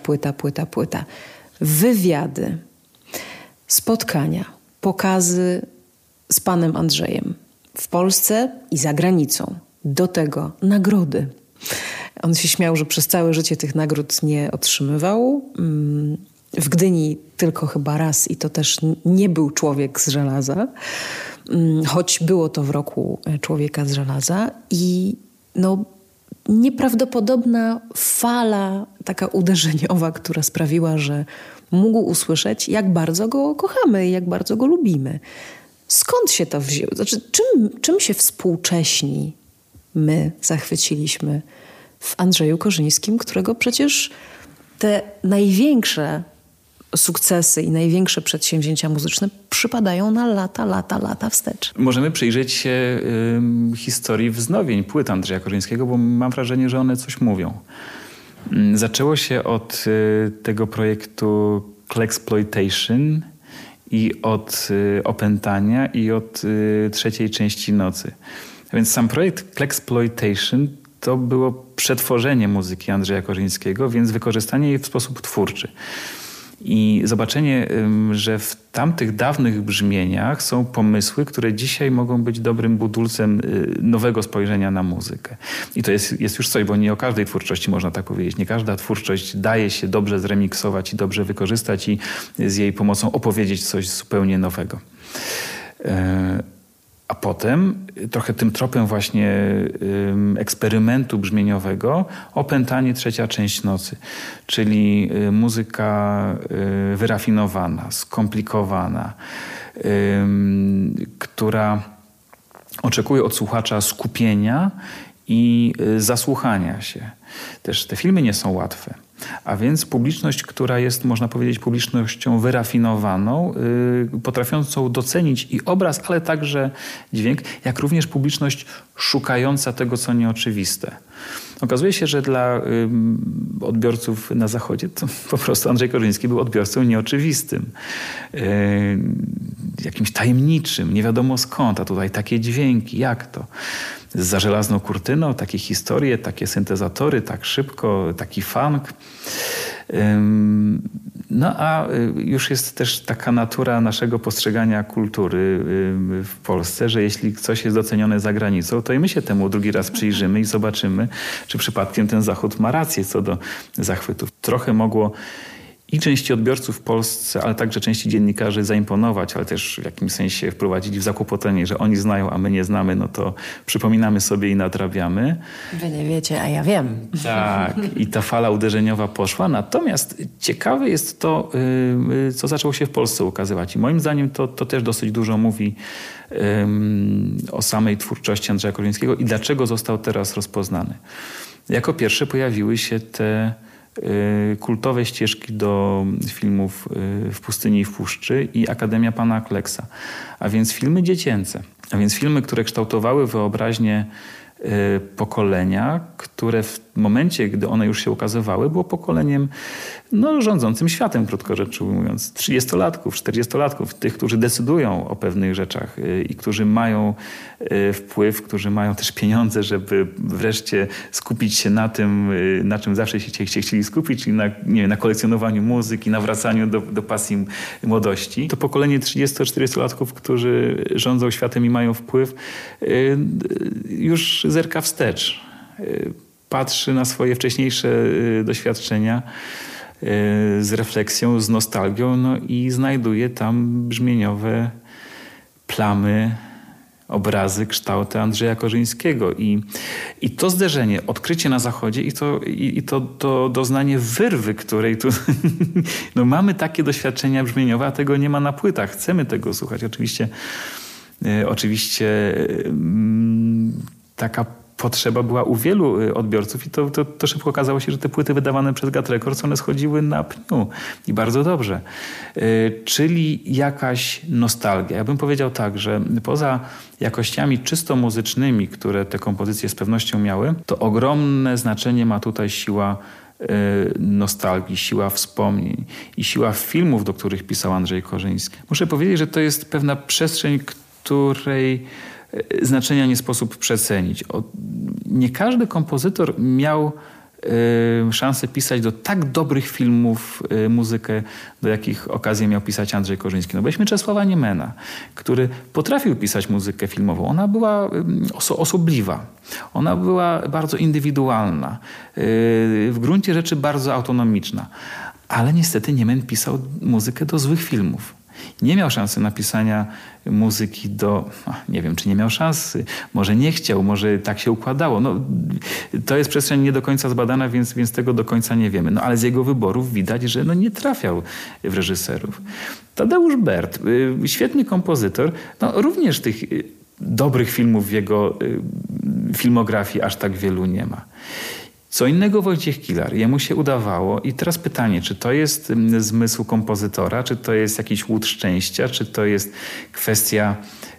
Wywiady, spotkania, pokazy z panem Andrzejem w Polsce i za granicą. Do tego nagrody. On się śmiał, że przez całe życie tych nagród nie otrzymywał. W Gdyni tylko chyba raz i to też nie był Człowiek z żelaza, choć było to w roku Człowieka z żelaza i nieprawdopodobna fala taka uderzeniowa, która sprawiła, że mógł usłyszeć, jak bardzo go kochamy i jak bardzo go lubimy. Skąd się to wzięło? Znaczy, czym się współcześni my zachwyciliśmy w Andrzeju Korzyńskim, którego przecież te największe sukcesy i największe przedsięwzięcia muzyczne przypadają na lata wstecz. Możemy przyjrzeć się historii wznowień płyt Andrzeja Korzyńskiego, bo mam wrażenie, że one coś mówią. Zaczęło się od tego projektu Klexploitation i od Opętania i od trzeciej części Nocy. A więc sam projekt Klexploitation to było przetworzenie muzyki Andrzeja Korzyńskiego, więc wykorzystanie jej w sposób twórczy. I zobaczenie, że w tamtych dawnych brzmieniach są pomysły, które dzisiaj mogą być dobrym budulcem nowego spojrzenia na muzykę. I to jest już coś, bo nie o każdej twórczości można tak powiedzieć. Nie każda twórczość daje się dobrze zremiksować i dobrze wykorzystać i z jej pomocą opowiedzieć coś zupełnie nowego. A potem, trochę tym tropem właśnie eksperymentu brzmieniowego, Opętanie, trzecia część Nocy. Czyli muzyka wyrafinowana, skomplikowana, która oczekuje od słuchacza skupienia i zasłuchania się. Też te filmy nie są łatwe. A więc publiczność, która jest, można powiedzieć, publicznością wyrafinowaną, potrafiącą docenić i obraz, ale także dźwięk, jak również publiczność szukająca tego, co nieoczywiste. Okazuje się, że dla odbiorców na Zachodzie to po prostu Andrzej Korzyński był odbiorcą nieoczywistym. Jakimś tajemniczym, nie wiadomo skąd, a tutaj takie dźwięki, jak to? Za żelazną kurtyną, takie historie, takie syntezatory, tak szybko, taki funk. No a już jest też taka natura naszego postrzegania kultury w Polsce, że jeśli coś jest docenione za granicą, to i my się temu drugi raz przyjrzymy i zobaczymy, czy przypadkiem ten Zachód ma rację co do zachwytów. Trochę mogło i części odbiorców w Polsce, ale także części dziennikarzy zaimponować, ale też w jakimś sensie wprowadzić w zakłopotanie, że oni znają, a my nie znamy, no to przypominamy sobie i nadrabiamy. Wy nie wiecie, a ja wiem. Tak, i ta fala uderzeniowa poszła. Natomiast ciekawe jest to, co zaczęło się w Polsce ukazywać. I moim zdaniem to też dosyć dużo mówi o samej twórczości Andrzeja Korzyńskiego i dlaczego został teraz rozpoznany. Jako pierwsze pojawiły się te kultowe ścieżki do filmów W pustyni i w puszczy i Akademia Pana Kleksa. A więc filmy dziecięce. A więc filmy, które kształtowały wyobraźnię pokolenia, które w momencie, gdy one już się ukazywały, było pokoleniem rządzącym światem, krótko rzecz ujmując. 30-latków, 40-latków, tych, którzy decydują o pewnych rzeczach i którzy mają wpływ, którzy mają też pieniądze, żeby wreszcie skupić się na tym, na czym zawsze się chcieli skupić, czyli na kolekcjonowaniu muzyki, na wracaniu do pasji młodości. To pokolenie 30-40-latków, którzy rządzą światem i mają wpływ, już zerka wstecz. Patrzy na swoje wcześniejsze doświadczenia z refleksją, z nostalgią, i znajduje tam brzmieniowe plamy, obrazy, kształty Andrzeja Korzyńskiego. I to zderzenie, odkrycie na Zachodzie i to doznanie wyrwy, której tu mamy takie doświadczenia brzmieniowe, a tego nie ma na płytach. Chcemy tego słuchać. Oczywiście taka potrzeba była u wielu odbiorców i to szybko okazało się, że te płyty wydawane przez Gat Records, one schodziły na pniu i bardzo dobrze. Czyli jakaś nostalgia. Ja bym powiedział tak, że poza jakościami czysto muzycznymi, które te kompozycje z pewnością miały, to ogromne znaczenie ma tutaj siła nostalgii, siła wspomnień i siła filmów, do których pisał Andrzej Korzyński. Muszę powiedzieć, że to jest pewna przestrzeń, której znaczenia nie sposób przecenić. Nie każdy kompozytor miał szansę pisać do tak dobrych filmów muzykę, do jakich okazję miał pisać Andrzej Korzyński. Weźmy Czesława Niemena, który potrafił pisać muzykę filmową. Ona była osobliwa. Ona była bardzo indywidualna. W gruncie rzeczy bardzo autonomiczna. Ale niestety Niemen pisał muzykę do złych filmów. Nie miał szansy napisania muzyki nie wiem, czy nie miał szansy, może nie chciał, może tak się układało. To jest przestrzeń nie do końca zbadana, więc tego do końca nie wiemy. Ale z jego wyborów widać, że nie trafiał w reżyserów. Tadeusz Bert, świetny kompozytor, również tych dobrych filmów w jego filmografii aż tak wielu nie ma. Co innego Wojciech Kilar. Jemu się udawało i teraz pytanie, czy to jest zmysł kompozytora, czy to jest jakiś łód szczęścia, czy to jest kwestia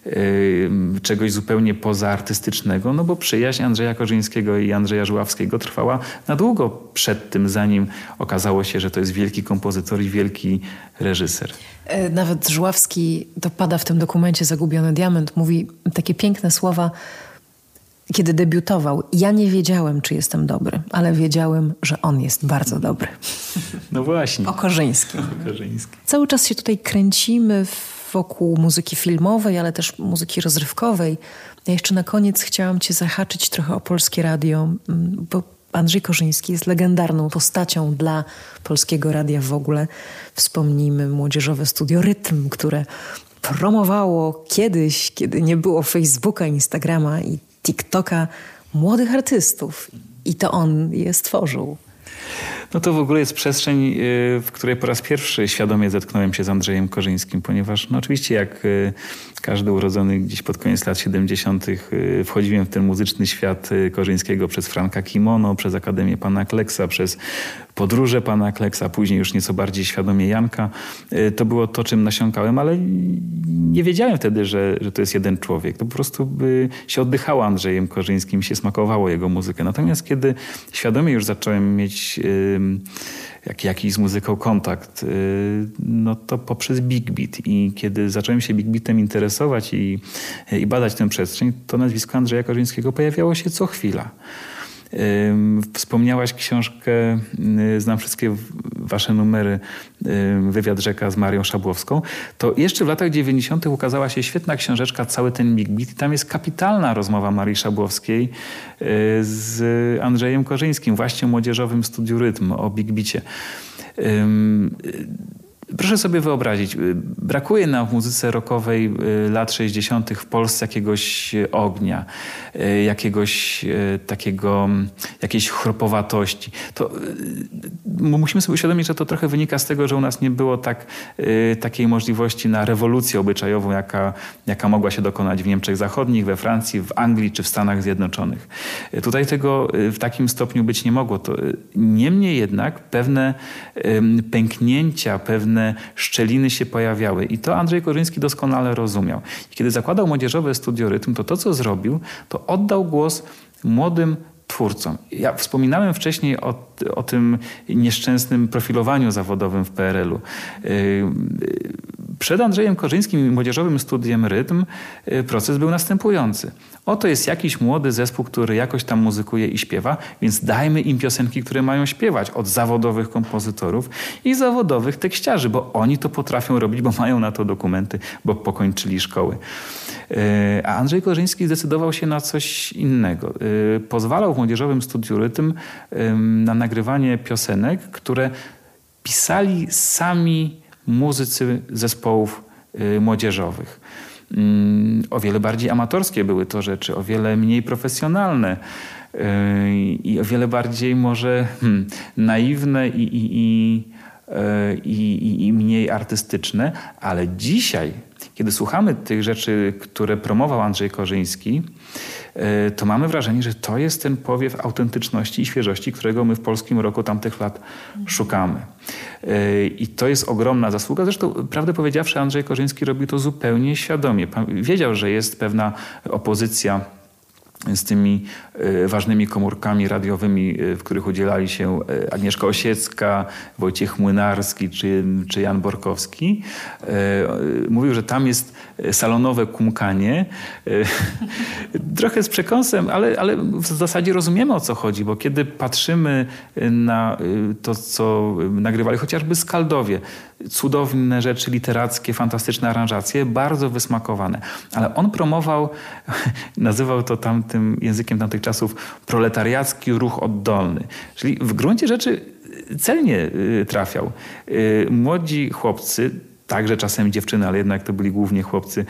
czegoś zupełnie pozaartystycznego, bo przyjaźń Andrzeja Korzyńskiego i Andrzeja Żuławskiego trwała na długo przed tym, zanim okazało się, że to jest wielki kompozytor i wielki reżyser. Nawet Żuławski, to pada w tym dokumencie Zagubiony Diament, mówi takie piękne słowa. Kiedy debiutował, ja nie wiedziałem, czy jestem dobry, ale wiedziałem, że on jest bardzo dobry. No właśnie. O Korzyńskim. Cały czas się tutaj kręcimy wokół muzyki filmowej, ale też muzyki rozrywkowej. Ja jeszcze na koniec chciałam cię zahaczyć trochę o Polskie Radio, bo Andrzej Korzyński jest legendarną postacią dla Polskiego Radia w ogóle. Wspomnijmy młodzieżowe studio Rytm, które promowało kiedyś, kiedy nie było Facebooka, Instagrama i TikToka, młodych artystów. I to on je stworzył. To w ogóle jest przestrzeń, w której po raz pierwszy świadomie zetknąłem się z Andrzejem Korzyńskim, ponieważ oczywiście jak każdy urodzony gdzieś pod koniec lat 70. wchodziłem w ten muzyczny świat Korzyńskiego przez Franka Kimono, przez Akademię Pana Kleksa, przez podróże Pana Kleksa, później już nieco bardziej świadomie Janka. To było to, czym nasiąkałem, ale nie wiedziałem wtedy, że to jest jeden człowiek. To po prostu się oddychało Andrzejem Korzyńskim, się smakowało jego muzykę. Natomiast kiedy świadomie już zacząłem mieć jakiś z muzyką kontakt, to poprzez Big Beat. I kiedy zacząłem się Big Beatem interesować i badać tę przestrzeń, to nazwisko Andrzeja Korzyńskiego pojawiało się co chwila. Wspomniałaś książkę, znam wszystkie wasze numery, Wywiad Rzeka z Marią Szabłowską. To jeszcze w latach 90. ukazała się świetna książeczka Cały ten Big Beat i tam jest kapitalna rozmowa Marii Szabłowskiej z Andrzejem Korzyńskim, właśnie w młodzieżowym studiu Rytm o Big Beacie. Proszę sobie wyobrazić, brakuje nam w muzyce rockowej lat 60. w Polsce jakiegoś ognia, jakiejś chropowatości. To musimy sobie uświadomić, że to trochę wynika z tego, że u nas nie było takiej możliwości na rewolucję obyczajową, jaka mogła się dokonać w Niemczech Zachodnich, we Francji, w Anglii czy w Stanach Zjednoczonych. Tutaj tego w takim stopniu być nie mogło. Niemniej jednak pewne pęknięcia, pewne szczeliny się pojawiały i to Andrzej Korzyński doskonale rozumiał. I kiedy zakładał Młodzieżowe Studio Rytm, to co zrobił, to oddał głos młodym twórcom. Ja wspominałem wcześniej o tym nieszczęsnym profilowaniu zawodowym w PRL-u. Przed Andrzejem Korzyńskim i Młodzieżowym Studiem Rytm proces był następujący. Oto jest jakiś młody zespół, który jakoś tam muzykuje i śpiewa, więc dajmy im piosenki, które mają śpiewać od zawodowych kompozytorów i zawodowych tekściarzy, bo oni to potrafią robić, bo mają na to dokumenty, bo pokończyli szkoły. A Andrzej Korzyński zdecydował się na coś innego. Pozwalał w Młodzieżowym Studiu Rytm na nagrywanie piosenek, które pisali sami muzycy zespołów młodzieżowych. O wiele bardziej amatorskie były to rzeczy, o wiele mniej profesjonalne i o wiele bardziej może naiwne i mniej artystyczne, ale dzisiaj, kiedy słuchamy tych rzeczy, które promował Andrzej Korzyński, to mamy wrażenie, że to jest ten powiew autentyczności i świeżości, którego my w polskim rocku tamtych lat szukamy. I to jest ogromna zasługa. Zresztą, prawdę powiedziawszy, Andrzej Korzyński robił to zupełnie świadomie. Wiedział, że jest pewna opozycja z tymi ważnymi komórkami radiowymi, w których udzielali się Agnieszka Osiecka, Wojciech Młynarski czy Jan Borkowski. Mówił, że tam jest salonowe kumkanie. Trochę z przekąsem, ale w zasadzie rozumiemy, o co chodzi, bo kiedy patrzymy na to, co nagrywali chociażby Skaldowie, cudowne rzeczy literackie, fantastyczne aranżacje, bardzo wysmakowane. Ale on promował, nazywał to tym językiem tamtych czasów, proletariacki ruch oddolny. Czyli w gruncie rzeczy celnie trafiał. Młodzi chłopcy, także czasem dziewczyny, ale jednak to byli głównie chłopcy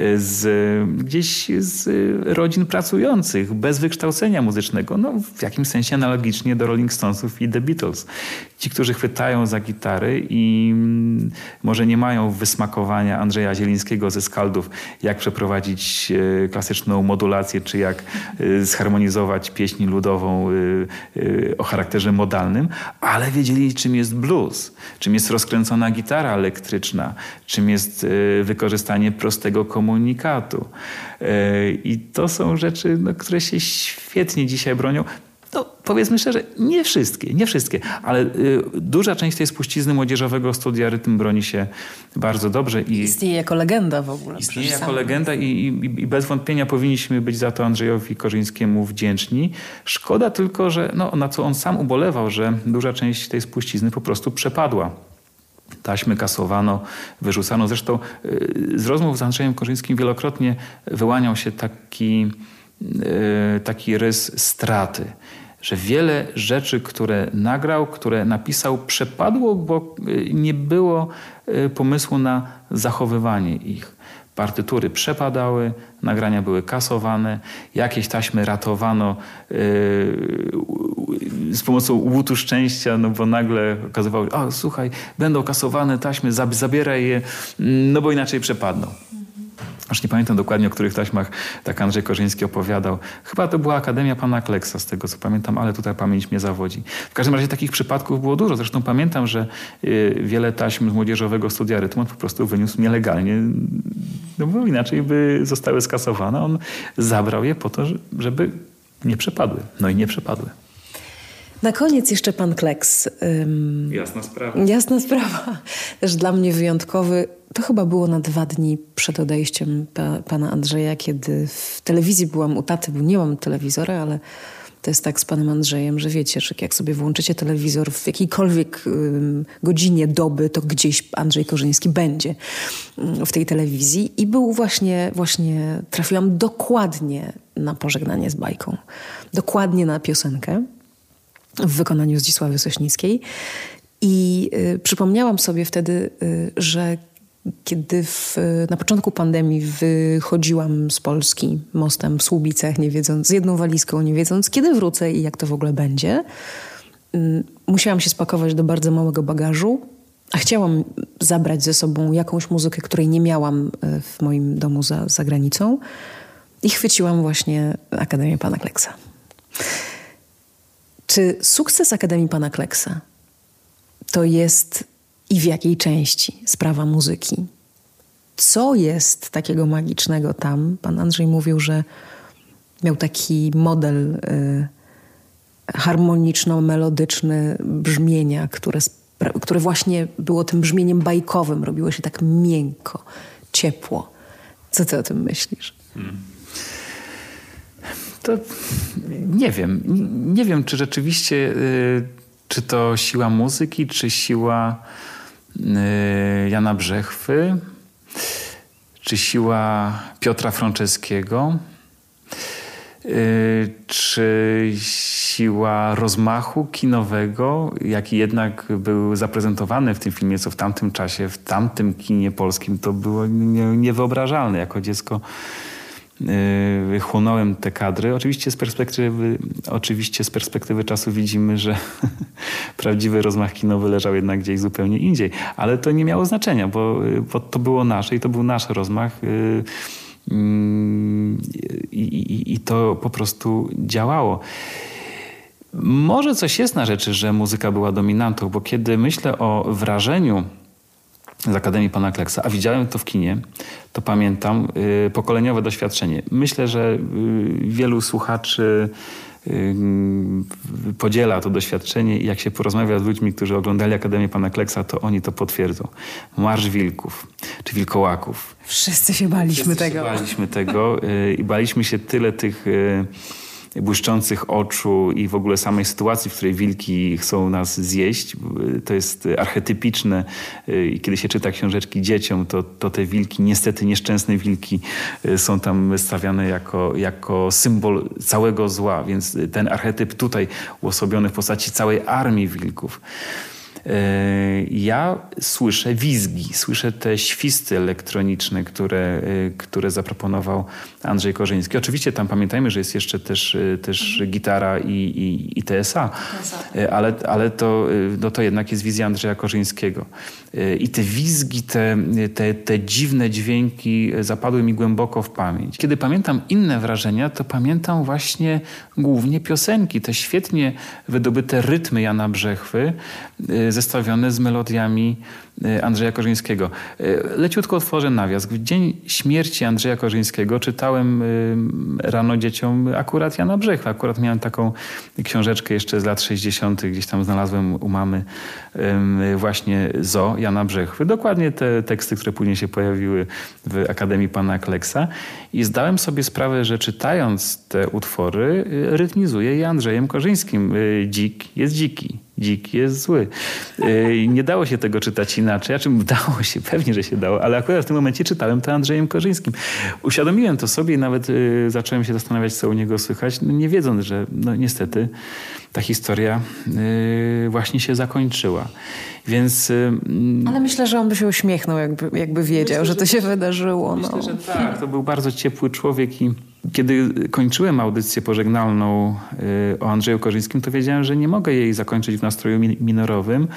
gdzieś z rodzin pracujących, bez wykształcenia muzycznego, no w jakimś sensie analogicznie do Rolling Stonesów i The Beatles. Ci, którzy chwytają za gitary i może nie mają wysmakowania Andrzeja Zielińskiego ze Skaldów, jak przeprowadzić klasyczną modulację, czy jak zharmonizować pieśń ludową o charakterze modalnym, ale wiedzieli, czym jest blues, czym jest rozkręcona gitara elektryczna, czym jest wykorzystanie prostego komunikatu. I to są rzeczy, które się świetnie dzisiaj bronią. No, powiedzmy szczerze, nie wszystkie, ale duża część tej spuścizny Młodzieżowego Studia Rytm broni się bardzo dobrze. Istnieje jako legenda w ogóle. Istnieje jako legenda i bez wątpienia powinniśmy być za to Andrzejowi Korzyńskiemu wdzięczni. Szkoda tylko, że na co on sam ubolewał, że duża część tej spuścizny po prostu przepadła. Taśmy kasowano, wyrzucano. Zresztą z rozmów z Andrzejem Korzyńskim wielokrotnie wyłaniał się taki rys straty, że wiele rzeczy, które nagrał, które napisał, przepadło, bo nie było pomysłu na zachowywanie ich. Partytury przepadały, nagrania były kasowane, jakieś taśmy ratowano z pomocą łutu szczęścia, bo nagle okazywało się, słuchaj, będą kasowane taśmy, zabieraj je, bo inaczej przepadną. Aż nie pamiętam dokładnie, o których taśmach tak Andrzej Korzyński opowiadał. Chyba to była Akademia Pana Kleksa, z tego co pamiętam, ale tutaj pamięć mnie zawodzi. W każdym razie takich przypadków było dużo. Zresztą pamiętam, że wiele taśm z Młodzieżowego Studia Rytm on po prostu wyniósł nielegalnie, bo inaczej by zostały skasowane. On zabrał je po to, żeby nie przepadły. No i nie przepadły. Na koniec jeszcze pan Kleks. Jasna sprawa. Jasna sprawa. Też dla mnie wyjątkowy. To chyba było na 2 dni przed odejściem pana Andrzeja, kiedy w telewizji byłam u taty, bo nie mam telewizora, ale to jest tak z panem Andrzejem, że wiecie, że jak sobie włączycie telewizor w jakiejkolwiek godzinie doby, to gdzieś Andrzej Korzyński będzie w tej telewizji. I był właśnie trafiłam dokładnie na Pożegnanie z bajką. Dokładnie na piosenkę w wykonaniu Zdzisławy Sośnickiej. I przypomniałam sobie wtedy, że kiedy na początku pandemii wychodziłam z Polski mostem w Słubicach, nie wiedząc, z jedną walizką, nie wiedząc, kiedy wrócę i jak to w ogóle będzie, musiałam się spakować do bardzo małego bagażu, a chciałam zabrać ze sobą jakąś muzykę, której nie miałam w moim domu za granicą, i chwyciłam właśnie Akademię Pana Kleksa. Czy sukces Akademii Pana Kleksa to jest i w jakiej części sprawa muzyki? Co jest takiego magicznego tam? Pan Andrzej mówił, że miał taki model harmoniczno-melodyczny brzmienia, które właśnie było tym brzmieniem bajkowym. Robiło się tak miękko, ciepło. Co ty o tym myślisz? To nie wiem. Nie wiem, czy rzeczywiście... Czy to siła muzyki, czy siła Jana Brzechwy, czy siła Piotra Franceskiego, czy siła rozmachu kinowego, jaki jednak był zaprezentowany w tym filmie, co w tamtym czasie, w tamtym kinie polskim, to było niewyobrażalne. Jako dziecko chłonąłem te kadry. Oczywiście z perspektywy czasu widzimy, że prawdziwy rozmach kinowy leżał jednak gdzieś zupełnie indziej. Ale to nie miało znaczenia, bo to było nasze i to był nasz rozmach. I to po prostu działało. Może coś jest na rzeczy, że muzyka była dominantą, bo kiedy myślę o wrażeniu z Akademii Pana Kleksa, a widziałem to w kinie, to pamiętam pokoleniowe doświadczenie. Myślę, że wielu słuchaczy podziela to doświadczenie i jak się porozmawia z ludźmi, którzy oglądali Akademię Pana Kleksa, to oni to potwierdzą. Marsz Wilków czy Wilkołaków. Wszyscy się baliśmy tego i baliśmy się tyle tych błyszczących oczu i w ogóle samej sytuacji, w której wilki chcą nas zjeść. To jest archetypiczne. I kiedy się czyta książeczki dzieciom, to te wilki, niestety nieszczęsne wilki, są tam stawiane jako symbol całego zła. Więc ten archetyp tutaj uosobiony w postaci całej armii wilków. Ja słyszę wizgi, słyszę te świsty elektroniczne, które zaproponował Andrzej Korzyński. Oczywiście tam pamiętajmy, że jest jeszcze też gitara i TSA, ale to jednak jest wizja Andrzeja Korzyńskiego. I te wizgi, te dziwne dźwięki zapadły mi głęboko w pamięć. Kiedy pamiętam inne wrażenia, to pamiętam właśnie głównie piosenki, te świetnie wydobyte rytmy Jana Brzechwy, zestawione z melodiami Andrzeja Korzyńskiego. Leciutko otworzę nawias. W dzień śmierci Andrzeja Korzyńskiego czytałem rano dzieciom akurat Jana Brzechwy. Akurat miałem taką książeczkę jeszcze z lat 60. Gdzieś tam znalazłem u mamy właśnie Jana Brzechwy. Dokładnie te teksty, które później się pojawiły w Akademii Pana Kleksa. I zdałem sobie sprawę, że czytając te utwory rytmizuję je Andrzejem Korzyńskim. Dzik jest dziki. Dzik jest zły. Nie dało się tego czytać inaczej. Dało się, pewnie, że się dało, ale akurat w tym momencie czytałem to Andrzejem Korzyńskim. Uświadomiłem to sobie i nawet zacząłem się zastanawiać, co u niego słychać, nie wiedząc, że niestety ta historia właśnie się zakończyła. Więc... Ale myślę, że on by się uśmiechnął, jakby wiedział, że to się wydarzyło. Myślę, że tak. To był bardzo ciepły człowiek i kiedy kończyłem audycję pożegnalną o Andrzeju Korzyńskim, to wiedziałem, że nie mogę jej zakończyć w nastroju minorowym,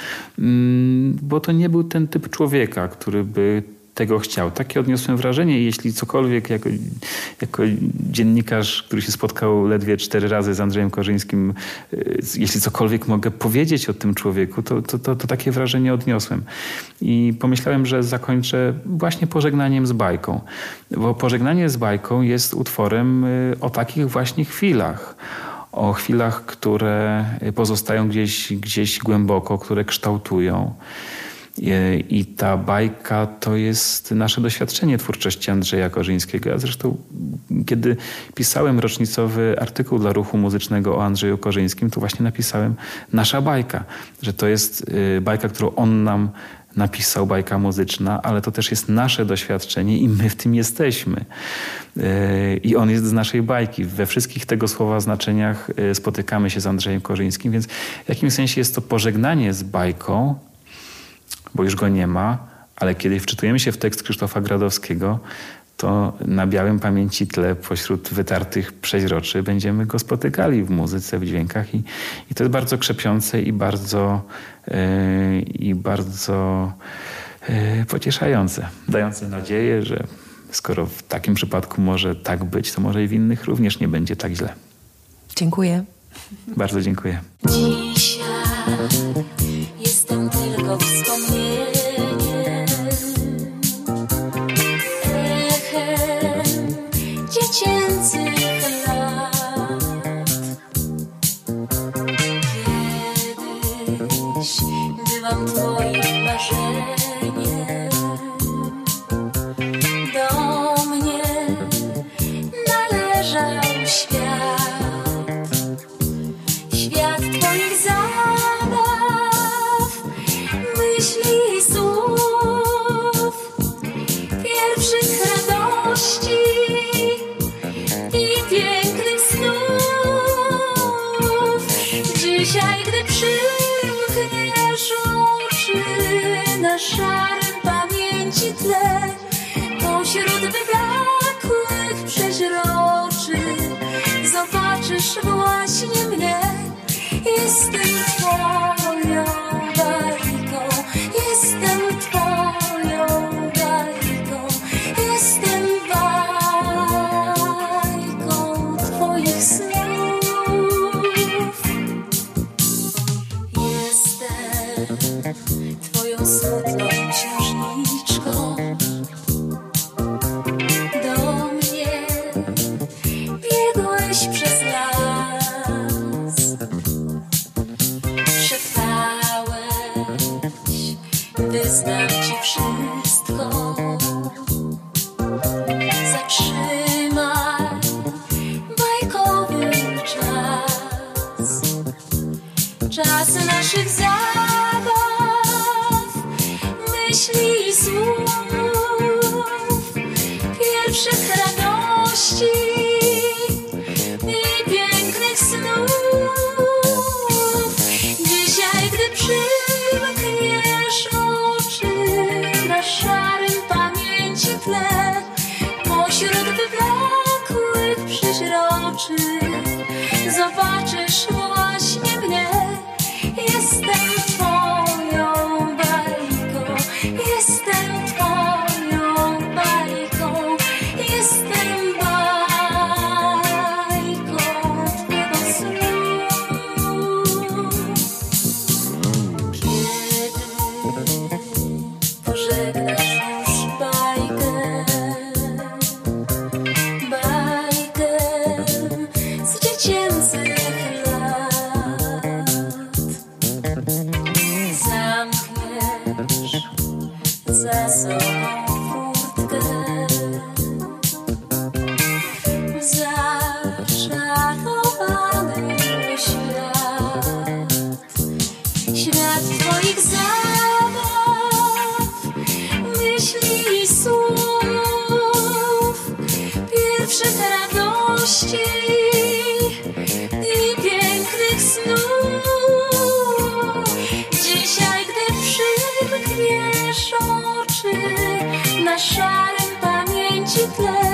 bo to nie był ten typ człowieka, który by tego chciał. Takie odniosłem wrażenie i jeśli cokolwiek jako dziennikarz, który się spotkał ledwie 4 razy z Andrzejem Korzyńskim, jeśli cokolwiek mogę powiedzieć o tym człowieku, to takie wrażenie odniosłem. I pomyślałem, że zakończę właśnie pożegnaniem z bajką. Bo pożegnanie z bajką jest utworem o takich właśnie chwilach. O chwilach, które pozostają gdzieś głęboko, które kształtują. I ta bajka to jest nasze doświadczenie twórczości Andrzeja Korzyńskiego. Ja zresztą, kiedy pisałem rocznicowy artykuł dla Ruchu Muzycznego o Andrzeju Korzyńskim, to właśnie napisałem nasza bajka, że to jest bajka, którą on nam napisał bajka muzyczna, ale to też jest nasze doświadczenie i my w tym jesteśmy. I on jest z naszej bajki. We wszystkich tego słowa znaczeniach spotykamy się z Andrzejem Korzyńskim, więc w jakimś sensie jest to pożegnanie z bajką, bo już go nie ma, ale kiedy wczytujemy się w tekst Krzysztofa Gradowskiego, to na białym pamięci tle pośród wytartych przeźroczy będziemy go spotykali w muzyce, w dźwiękach i to jest bardzo krzepiące i bardzo pocieszające, dające nadzieję, że skoro w takim przypadku może tak być, to może i w innych również nie będzie tak źle. Dziękuję. Bardzo dziękuję. Dzisiaj jestem tylko wspomnieniem, echem dziecięcych lat. Kiedyś byłam twoim marzeniem, do mnie należał świat. Świat twoich zabaw, myśli i słów, pierwszych radości i pięknych snów. Dzisiaj, gdy przymkniesz oczy na szarym pamięci tle, pośród wyblakłych przeźroczy zobaczysz właśnie mnie. Jestem twoją bajką, jestem twoją bajką, jestem bajką twoich snów. Jestem twoją smutną księżniczką. Do mnie biegłeś przez las, szeptałeś, wyznam ci wszystko. Zatrzymaj bajkowy czas, czas naszych zabaw, myśli i słów, pierwszych radości i pięknych snów. Dzisiaj, gdy przymkniesz oczy na szarym pamięci tle, pośród wyblakłych przeźroczy zobaczysz właśnie mnie. Jestem twoją bajką, jestem twoją bajką, jestem bajką twego snu. Kiedy pożegnasz już bajkę, bajkę z dziecięcych lat, zamkniesz za sobą furtkę, zaczarowany świat, świat twoich zabaw, myśli i słów, pierwszych radości i pięknych snów. Dzisiaj, gdy przymkniesz oczy na szarym pamięci tle,